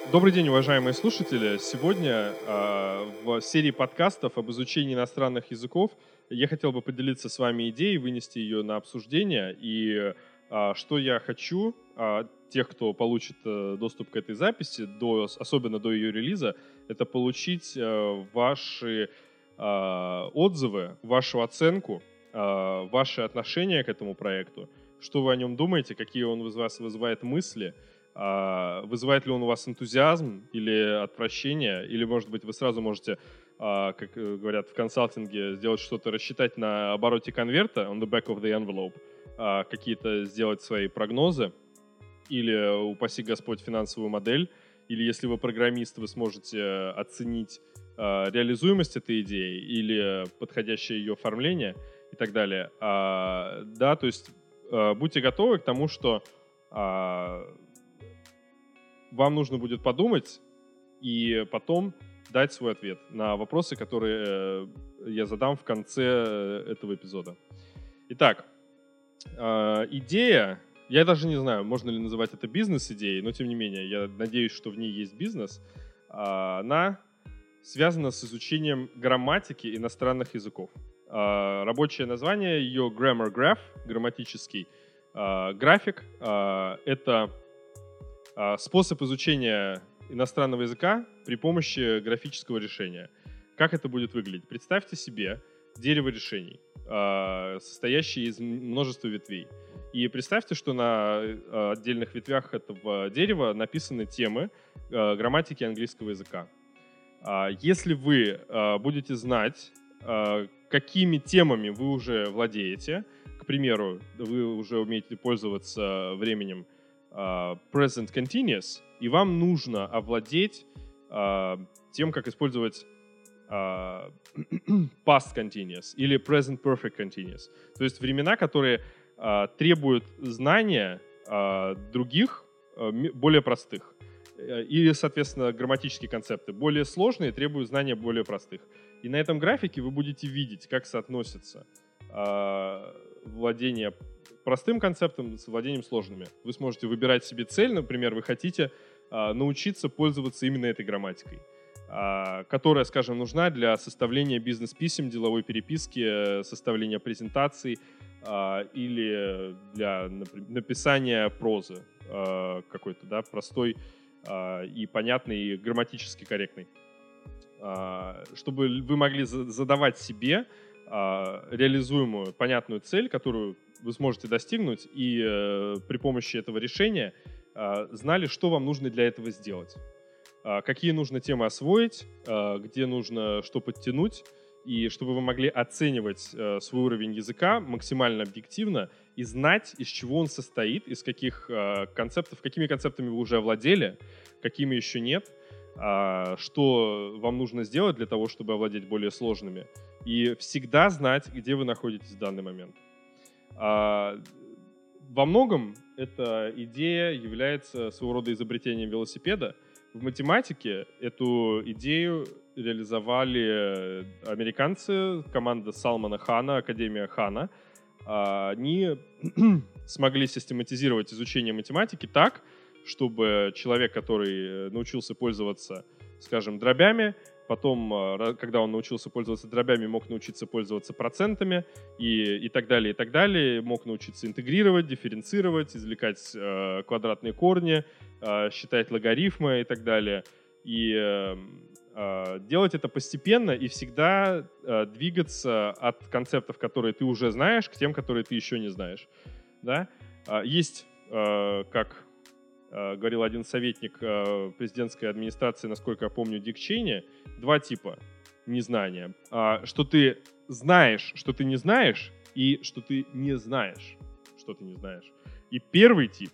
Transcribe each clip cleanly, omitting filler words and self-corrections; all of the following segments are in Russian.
Добрый день, уважаемые слушатели. Сегодня в серии подкастов об изучении иностранных языков я хотел бы поделиться с вами идеей, вынести ее на обсуждение. И что я хочу тех, кто получит доступ к этой записи, особенно до ее релиза, это получить ваши отзывы, вашу оценку, ваши отношения к этому проекту, что вы о нем думаете, какие он из вас вызывает мысли. Вызывает ли он у вас энтузиазм или отвращение, или, может быть, вы сразу можете, как говорят в консалтинге, сделать что-то, рассчитать на обороте конверта, on the back of the envelope, какие-то сделать свои прогнозы, или, упаси Господь, финансовую модель, или если вы программист, вы сможете оценить реализуемость этой идеи или подходящее ее оформление и так далее. Да, то есть будьте готовы к тому, что вам нужно будет подумать и потом дать свой ответ на вопросы, которые я задам в конце этого эпизода. Итак, идея, я даже не знаю, можно ли называть это бизнес-идеей, но тем не менее, я надеюсь, что в ней есть бизнес. Она связана с изучением грамматики иностранных языков. Рабочее название ее Grammar Graph, грамматический график. Это способ изучения иностранного языка при помощи графического решения. Как это будет выглядеть? Представьте себе дерево решений, состоящее из множества ветвей. И представьте, что на отдельных ветвях этого дерева написаны темы грамматики английского языка. Если вы будете знать, какими темами вы уже владеете, к примеру, вы уже умеете пользоваться временем present continuous, и вам нужно овладеть тем, как использовать past continuous или present perfect continuous. То есть времена, которые требуют знания других, более простых. Или, соответственно, грамматические концепты. Более сложные требуют знания более простых. И на этом графике вы будете видеть, как соотносится владение простым концептом с владением сложными. Вы сможете выбирать себе цель, например, вы хотите научиться пользоваться именно этой грамматикой, которая, скажем, нужна для составления бизнес-писем, деловой переписки, составления презентаций или для написания прозы какой-то, да, простой и понятный, и грамматически корректный. Чтобы вы могли задавать себе реализуемую, понятную цель, которую вы сможете достигнуть, и при помощи этого решения знали, что вам нужно для этого сделать. Какие нужно темы освоить, где нужно что подтянуть, и чтобы вы могли оценивать свой уровень языка максимально объективно и знать, из чего он состоит, из каких концептов, какими концептами вы уже овладели, какими еще нет, что вам нужно сделать для того, чтобы овладеть более сложными, и всегда знать, где вы находитесь в данный момент. Во многом эта идея является своего рода изобретением велосипеда. В математике эту идею реализовали американцы, команда Салмана Хана, Академия Хана. Они смогли систематизировать изучение математики так, чтобы человек, который научился пользоваться, скажем, дробями, потом, когда он научился пользоваться дробями, мог научиться пользоваться процентами и так далее, мог научиться интегрировать, дифференцировать, извлекать квадратные корни, считать логарифмы и так далее. И делать это постепенно и всегда двигаться от концептов, которые ты уже знаешь, к тем, которые ты еще не знаешь. Да? Есть, как говорил один советник президентской администрации, насколько я помню, Дик Чейни, два типа незнания. Что ты знаешь, что ты не знаешь, и что ты не знаешь, что ты не знаешь. И первый тип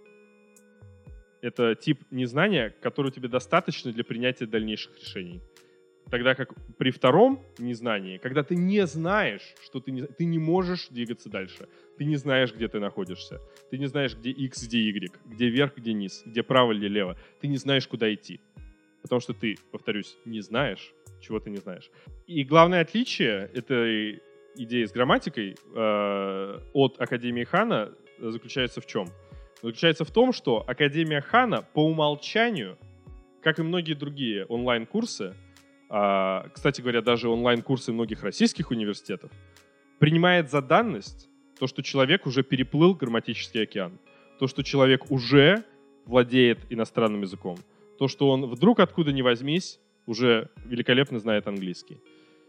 — это тип незнания, который тебе достаточно для принятия дальнейших решений. Тогда как при втором незнании, когда ты не знаешь, что ты не можешь двигаться дальше, ты не знаешь, где ты находишься, ты не знаешь, где X, где Y, где вверх, где низ, где право или лево, ты не знаешь, куда идти. Потому что ты, повторюсь, не знаешь, чего ты не знаешь. И главное отличие этой идеи с грамматикой от Академии Хана заключается в чем? Заключается в том, что Академия Хана по умолчанию как и многие другие онлайн-курсы, кстати говоря, даже онлайн-курсы многих российских университетов, принимает за данность то, что человек уже переплыл грамматический океан, то, что человек уже владеет иностранным языком, то, что он вдруг откуда ни возьмись уже великолепно знает английский.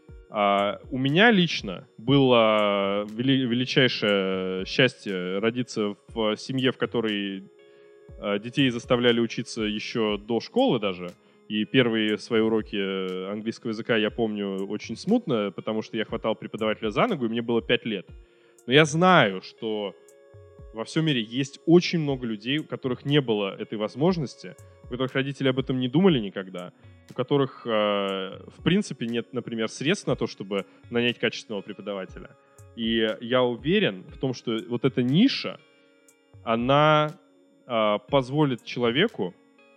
У меня лично было величайшее счастье родиться в семье, в которой детей заставляли учиться еще до школы даже. И первые свои уроки английского языка я помню очень смутно, потому что я хватал преподавателя за ногу, и мне было 5 лет. Но я знаю, что во всем мире есть очень много людей, у которых не было этой возможности, у которых родители об этом не думали никогда, у которых, в принципе, нет, например, средств на то, чтобы нанять качественного преподавателя. И я уверен в том, что вот эта ниша, она позволит человеку,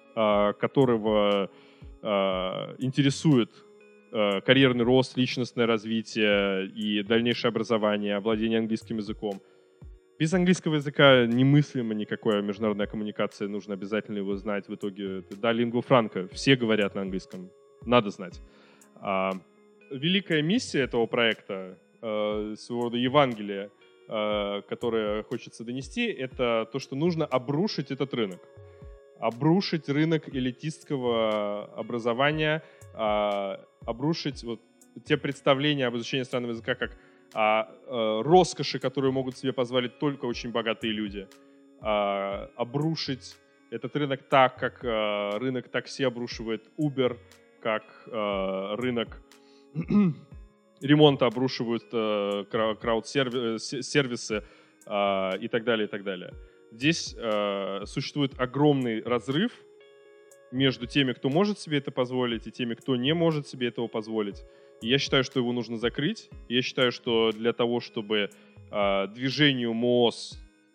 которого интересует карьерный рост, личностное развитие и дальнейшее образование, владение английским языком. Без английского языка немыслимо никакая международная коммуникация, нужно обязательно его знать. В итоге, да, лингва франка, все говорят на английском, надо знать. Великая миссия этого проекта, своего рода Евангелие, которое хочется донести, это то, что нужно обрушить этот рынок. Обрушить рынок элитистского образования, обрушить вот те представления об изучении иностранного языка как роскоши, которую могут себе позволить только очень богатые люди. Обрушить этот рынок так, как рынок такси обрушивает Uber, как рынок ремонта обрушивают крауд-сервисы и так далее, и так далее. Здесь существует огромный разрыв между теми, кто может себе это позволить, и теми, кто не может себе этого позволить. И я считаю, что его нужно закрыть. И я считаю, что для того, чтобы движению МООС,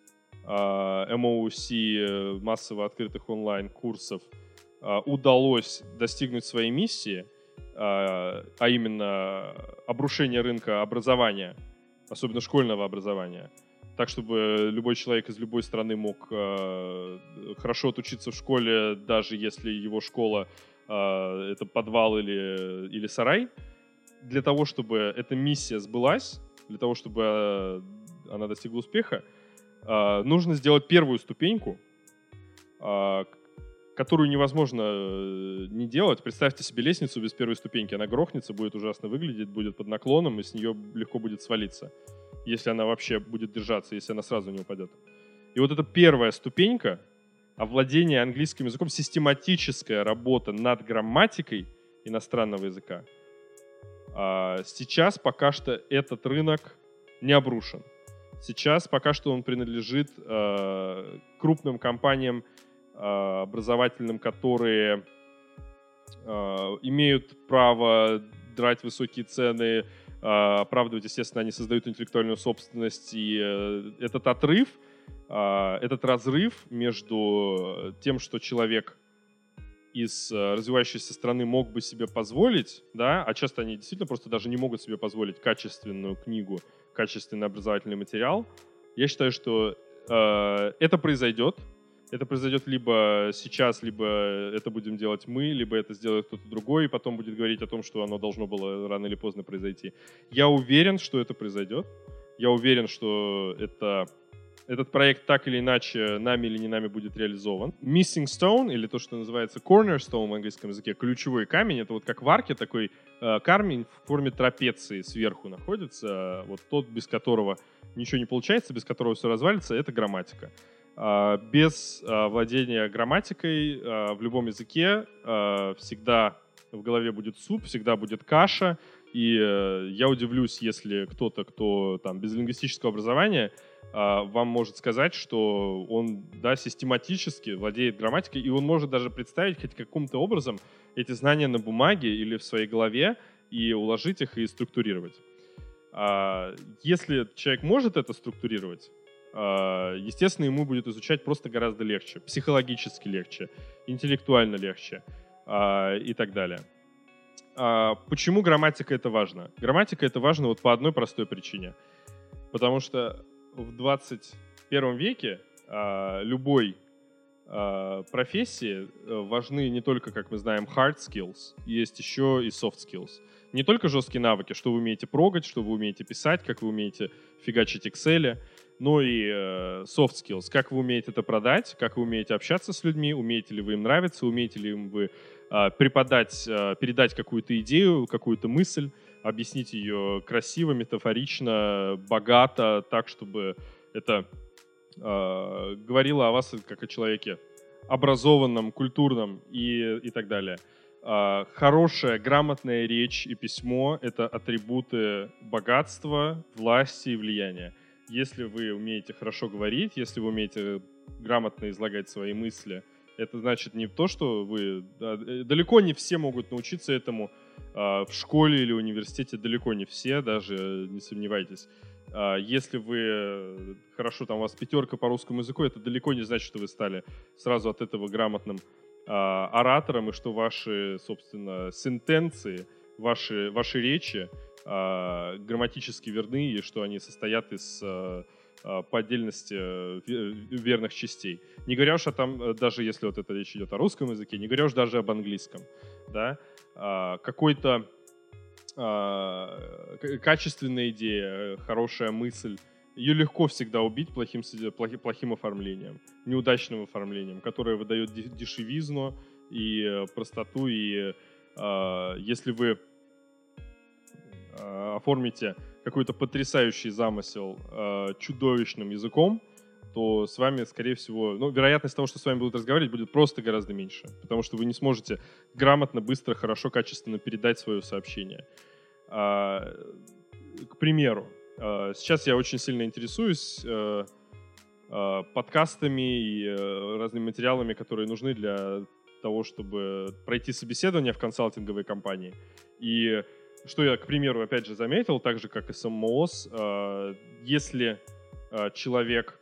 MOOC, массово открытых онлайн-курсов, удалось достигнуть своей миссии, а именно обрушение рынка образования, особенно школьного образования, так, чтобы любой человек из любой страны мог хорошо отучиться в школе, даже если его школа это подвал или сарай. Для того, чтобы эта миссия сбылась, для того, чтобы она достигла успеха, нужно сделать первую ступеньку, которую невозможно не делать. Представьте себе лестницу без первой ступеньки. Она грохнется, будет ужасно выглядеть, будет под наклоном, и с нее легко будет свалиться, если она вообще будет держаться, если она сразу не упадет. И вот эта первая ступенька, овладение английским языком, систематическая работа над грамматикой иностранного языка, сейчас пока что этот рынок не обрушен. Сейчас пока что он принадлежит крупным компаниям образовательным, которые имеют право драть высокие цены, оправдывать, естественно, они создают интеллектуальную собственность, и этот отрыв, этот разрыв между тем, что человек из развивающейся страны мог бы себе позволить, да, а часто они действительно просто даже не могут себе позволить качественную книгу, качественный образовательный материал, я считаю, что это произойдет. Это произойдет либо сейчас, либо это будем делать мы, либо это сделает кто-то другой, и потом будет говорить о том, что оно должно было рано или поздно произойти. Я уверен, что это произойдет. Я уверен, что этот проект так или иначе нами или не нами будет реализован. Missing stone, или то, что называется cornerstone в английском языке, ключевой камень, это вот как в арке такой камень в форме трапеции сверху находится. Вот тот, без которого ничего не получается, без которого все развалится, это грамматика. Без владения грамматикой в любом языке всегда в голове будет суп, всегда будет каша. И я удивлюсь, если кто-то, кто там без лингвистического образования, вам может сказать, что он, да, систематически владеет грамматикой, и он может даже представить хоть каким-то образом эти знания на бумаге или в своей голове и уложить их и структурировать. Если человек может это структурировать, естественно, ему будет изучать просто гораздо легче, психологически легче, интеллектуально легче и так далее. Почему грамматика это важно? Грамматика это важно вот по одной простой причине. Потому что в 21 веке любой профессии важны не только, как мы знаем, hard skills, есть еще и soft skills. Не только жесткие навыки, что вы умеете прогать, что вы умеете писать, как вы умеете фигачить Excel, но и soft skills, как вы умеете это продать, как вы умеете общаться с людьми, умеете ли вы им нравиться, умеете ли им вы передать какую-то идею, какую-то мысль, объяснить ее красиво, метафорично, богато, так, чтобы это говорило о вас как о человеке образованном, культурном и так далее. Хорошая, грамотная речь и письмо — это атрибуты богатства, власти и влияния. Если вы умеете хорошо говорить, если вы умеете грамотно излагать свои мысли, это значит не то, что вы... Далеко не все могут научиться этому в школе или университете, далеко не все, даже не сомневайтесь. Если вы хорошо, там у вас 5 по русскому языку, это далеко не значит, что вы стали сразу от этого грамотным оратором, и что ваши, собственно, сентенции, ваши речи грамматически верны, и что они состоят из по отдельности верных частей. Не говоря уж даже если вот это речь идет о русском языке, не говоря уж даже об английском, да, какой-то качественная идея, хорошая мысль, ее легко всегда убить плохим оформлением, неудачным оформлением, которое выдает дешевизну и простоту. И если вы оформите какой-то потрясающий замысел чудовищным языком, то с вами, скорее всего, вероятность того, что с вами будут разговаривать, будет просто гораздо меньше, потому что вы не сможете грамотно, быстро, хорошо, качественно передать свое сообщение. К примеру, сейчас я очень сильно интересуюсь подкастами и разными материалами, которые нужны для того, чтобы пройти собеседование в консалтинговой компании. И что я, к примеру, опять же заметил, так же, как и СМОС, если человек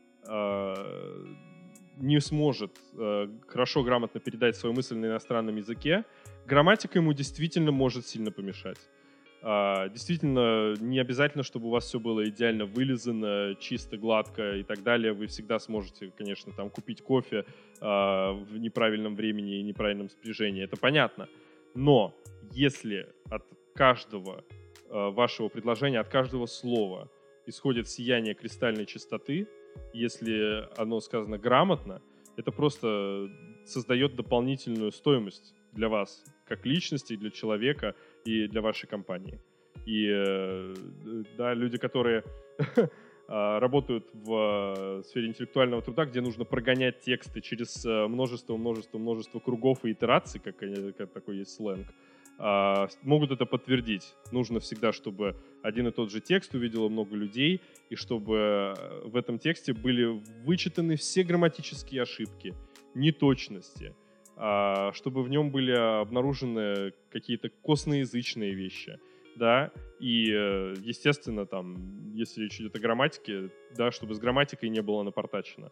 не сможет хорошо, грамотно передать свою мысль на иностранном языке, грамматика ему действительно может сильно помешать. Действительно, не обязательно, чтобы у вас все было идеально вылизано, чисто, гладко и так далее. Вы всегда сможете, конечно, там купить кофе в неправильном времени и неправильном спряжении. Это понятно. Но если от каждого вашего предложения, от каждого слова исходит сияние кристальной чистоты, если оно сказано грамотно, это просто создает дополнительную стоимость для вас, как личности, для человека и для вашей компании. И да, люди, которые работают в сфере интеллектуального труда, где нужно прогонять тексты через множество кругов и итераций, как такой есть сленг, могут это подтвердить. Нужно всегда, чтобы один и тот же текст увидело много людей, и чтобы в этом тексте были вычитаны все грамматические ошибки, неточности, чтобы в нем были обнаружены какие-то косноязычные вещи, да, и, естественно, там, если речь идет о грамматике, да, чтобы с грамматикой не было напортачено.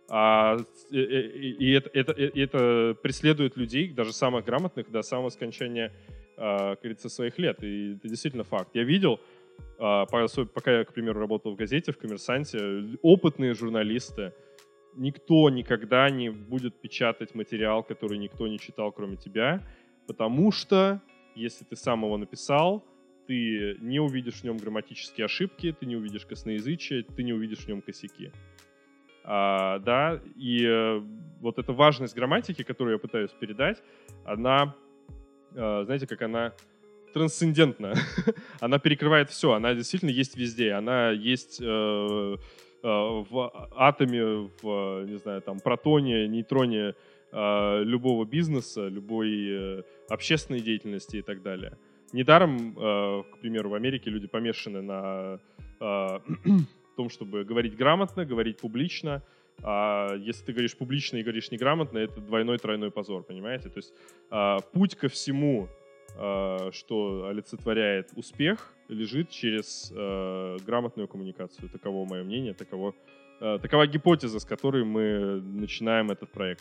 И это преследует людей, даже самых грамотных, до самого скончания, как говорится, своих лет. И это действительно факт. Я видел, пока я, к примеру, работал в газете, в «Коммерсанте», опытные журналисты, никто никогда не будет печатать материал, который никто не читал, кроме тебя, потому что, если ты сам его написал, ты не увидишь в нем грамматические ошибки, ты не увидишь косноязычие, ты не увидишь в нем косяки. Да, и вот эта важность грамматики, которую я пытаюсь передать, она, знаете, как она трансцендентна. Она перекрывает все, она действительно есть везде. Она есть в атоме, в, не знаю, там, протоне, нейтроне любого бизнеса, любой общественной деятельности и так далее. Недаром, к примеру, в Америке люди помешаны на том, чтобы говорить грамотно, говорить публично. А если ты говоришь публично и говоришь неграмотно, это двойной-тройной позор, понимаете? То есть путь ко всему, что олицетворяет успех, лежит через грамотную коммуникацию. Таково мое мнение, такова гипотеза, с которой мы начинаем этот проект.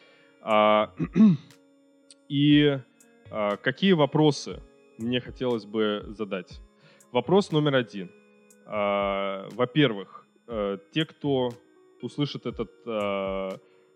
И какие вопросы мне хотелось бы задать? Вопрос номер 1. Во-первых, те, кто услышит этот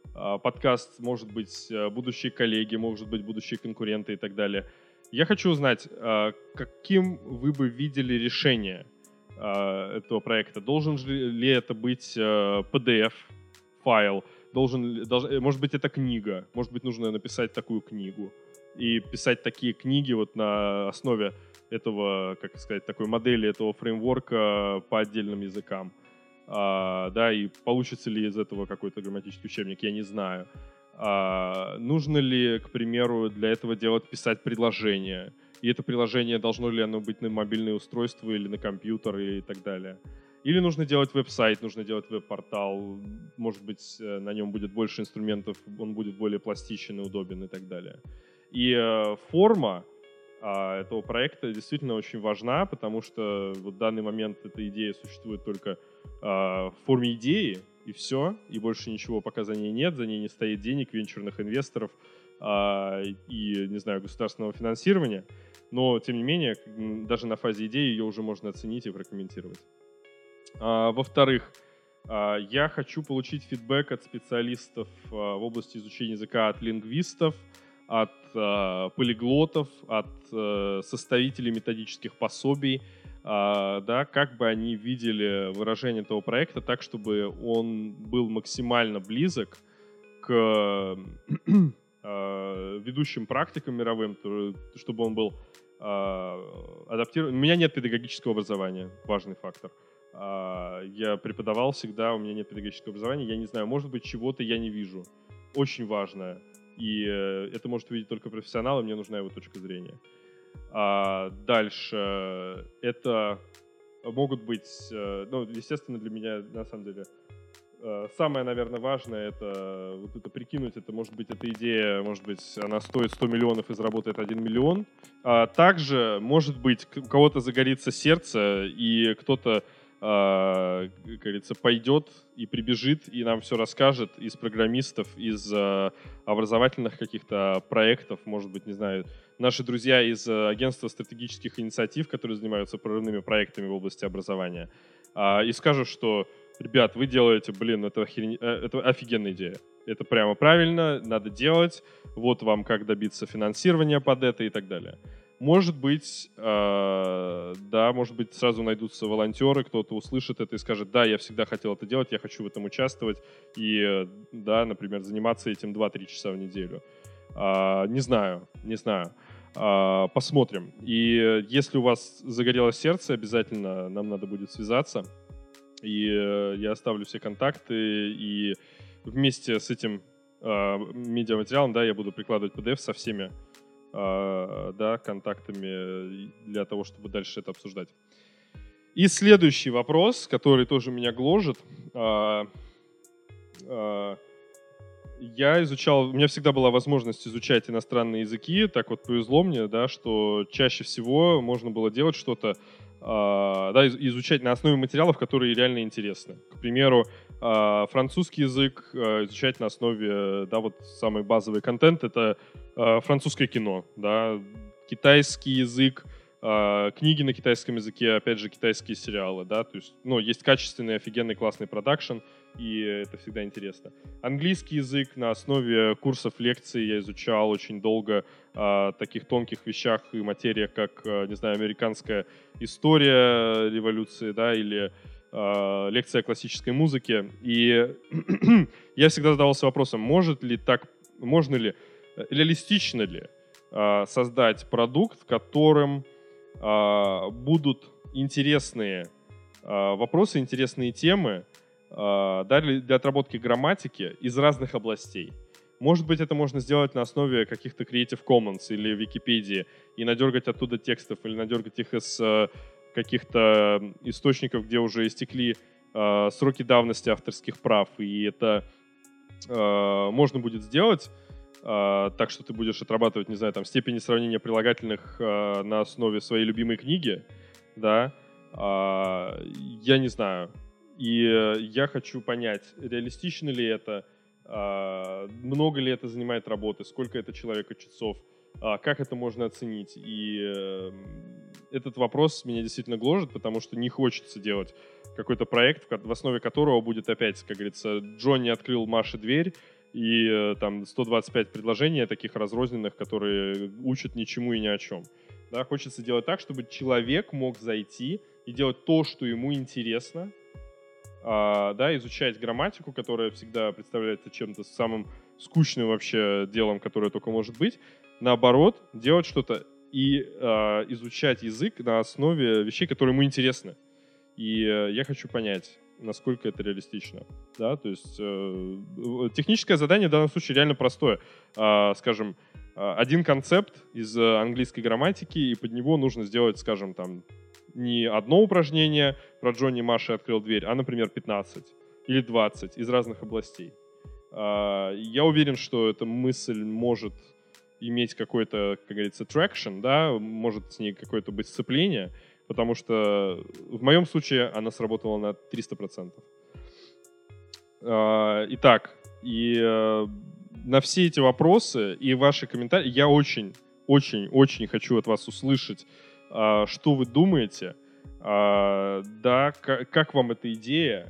подкаст, может быть, будущие коллеги, может быть, будущие конкуренты и так далее. Я хочу узнать, каким вы бы видели решение этого проекта? Должен ли это быть PDF-файл? Может быть, это книга? Может быть, нужно написать такую книгу? И писать такие книги вот на основе этого, как сказать, такой модели, этого фреймворка по отдельным языкам. Да, и получится ли из этого какой-то грамматический учебник, я не знаю. Нужно ли, к примеру, для этого писать приложение? И это приложение, должно ли оно быть на мобильное устройство или на компьютер и так далее? Или нужно делать веб-сайт, нужно делать веб-портал, может быть, на нем будет больше инструментов, он будет более пластичен и удобен и так далее. И форма этого проекта действительно очень важна, потому что в данный момент эта идея существует только в форме идеи, и все, и больше ничего пока за ней нет, за ней не стоит денег, венчурных инвесторов и, не знаю, государственного финансирования, но, тем не менее, даже на фазе идеи ее уже можно оценить и прокомментировать. Во-вторых, я хочу получить фидбэк от специалистов в области изучения языка, от лингвистов, от полиглотов, от составителей методических пособий, да, как бы они видели выражение этого проекта так, чтобы он был максимально близок к ведущим практикам мировым, чтобы он был адаптирован. У меня нет педагогического образования, важный фактор. Я преподавал всегда, у меня нет педагогического образования, я не знаю, может быть, чего-то я не вижу. Очень важное. И это может увидеть только профессионал, и мне нужна его точка зрения. Дальше это могут быть, ну, естественно, для меня, на самом деле, самое, наверное, важное, это вот это прикинуть, это может быть, эта идея, может быть, она стоит 100 миллионов и заработает 1 миллион. Также, может быть, у кого-то загорится сердце, и кто-то, как говорится, пойдет и прибежит, и нам все расскажет из программистов, из образовательных каких-то проектов, может быть, не знаю, наши друзья из агентства стратегических инициатив, которые занимаются прорывными проектами в области образования, и скажут, что, ребят, вы делаете, это офигенная идея. Это прямо правильно, надо делать, вот вам как добиться финансирования под это и так далее. Может быть, да, может быть, сразу найдутся волонтеры, кто-то услышит это и скажет, да, я всегда хотел это делать, я хочу в этом участвовать и, да, например, заниматься этим 2-3 часа в неделю. Не знаю. Посмотрим. И если у вас загорелось сердце, обязательно нам надо будет связаться. И я оставлю все контакты, и вместе с этим медиаматериалом, да, я буду прикладывать PDF со всеми да, контактами для того, чтобы дальше это обсуждать. И следующий вопрос, который тоже меня гложет. Я изучал, у меня всегда была возможность изучать иностранные языки, так вот повезло мне, да, что чаще всего можно было делать что-то, да, изучать на основе материалов, которые реально интересны. К примеру, французский язык изучать на основе, да, вот самый базовый контент — это французское кино, да, китайский язык, книги на китайском языке, опять же, китайские сериалы, да, то есть, ну, есть качественный, офигенный, классный продакшн, и это всегда интересно. Английский язык на основе курсов лекций я изучал очень долго, таких тонких вещах и материях, как, не знаю, американская история революции, да, или лекция о классической музыке, и я всегда задавался вопросом, можно ли, реалистично ли создать продукт, в котором будут интересные вопросы, интересные темы, да, для отработки грамматики из разных областей. Может быть, это можно сделать на основе каких-то Creative Commons или Википедии и надергать оттуда текстов, или надергать их из каких-то источников, где уже истекли сроки давности авторских прав, и это можно будет сделать так, что ты будешь отрабатывать, не знаю, там, степени сравнения прилагательных на основе своей любимой книги, да, я не знаю. И я хочу понять, реалистично ли это, много ли это занимает работы, сколько это человека часов, как это можно оценить. И этот вопрос меня действительно гложет, потому что не хочется делать какой-то проект, в основе которого будет опять, как говорится, Джонни открыл Маше дверь, и там 125 предложений таких разрозненных, которые учат ничему и ни о чем. Да, хочется делать так, чтобы человек мог зайти и делать то, что ему интересно, да, изучать грамматику, которая всегда представляется чем-то самым скучным вообще делом, которое только может быть. Наоборот, делать что-то и изучать язык на основе вещей, которые ему интересны. И я хочу понять, насколько это реалистично. Да? То есть техническое задание в данном случае реально простое. Скажем, один концепт из английской грамматики, и под него нужно сделать, скажем, там, не одно упражнение про Джонни Маши открыл дверь, а, например, 15 или 20 из разных областей. Я уверен, что эта мысль может иметь какой-то, как говорится, traction, да, может с ней какое-то быть сцепление, потому что в моем случае она сработала на 300%. Итак, на все эти вопросы и ваши комментарии я очень хочу от вас услышать, что вы думаете, да, как вам эта идея,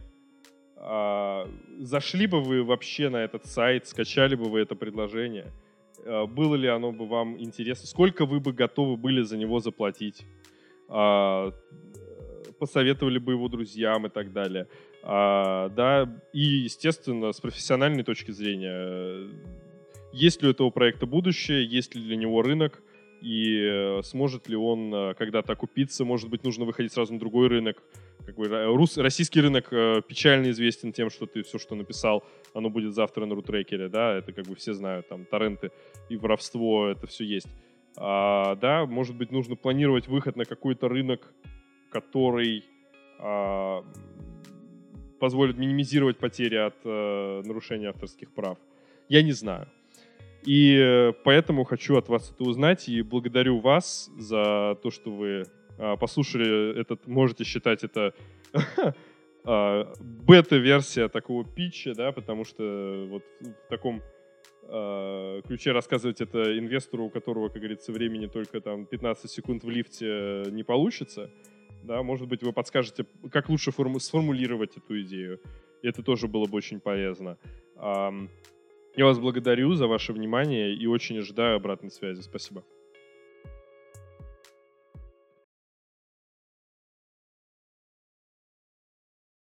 зашли бы вы вообще на этот сайт, скачали бы вы это предложение, было ли оно бы вам интересно, сколько вы бы готовы были за него заплатить, посоветовали бы его друзьям и так далее. Да, и, естественно, с профессиональной точки зрения, есть ли у этого проекта будущее, есть ли для него рынок, и сможет ли он когда-то окупиться, может быть, нужно выходить сразу на другой рынок. Как бы, российский рынок печально известен тем, что ты все, что написал, оно будет завтра на рутрекере, да, это как бы все знают, там, торренты и воровство, это все есть. Да, может быть, нужно планировать выход на какой-то рынок, который позволит минимизировать потери от нарушения авторских прав. Я не знаю. И поэтому хочу от вас это узнать, и благодарю вас за то, что вы послушали этот, можете считать это бета-версия такого питча, да, потому что вот в таком ключе рассказывать это инвестору, у которого, как говорится, времени только там 15 секунд в лифте не получится. Да, может быть, вы подскажете, как лучше сформулировать эту идею. И это тоже было бы очень полезно. Я вас благодарю за ваше внимание и очень ожидаю обратной связи. Спасибо.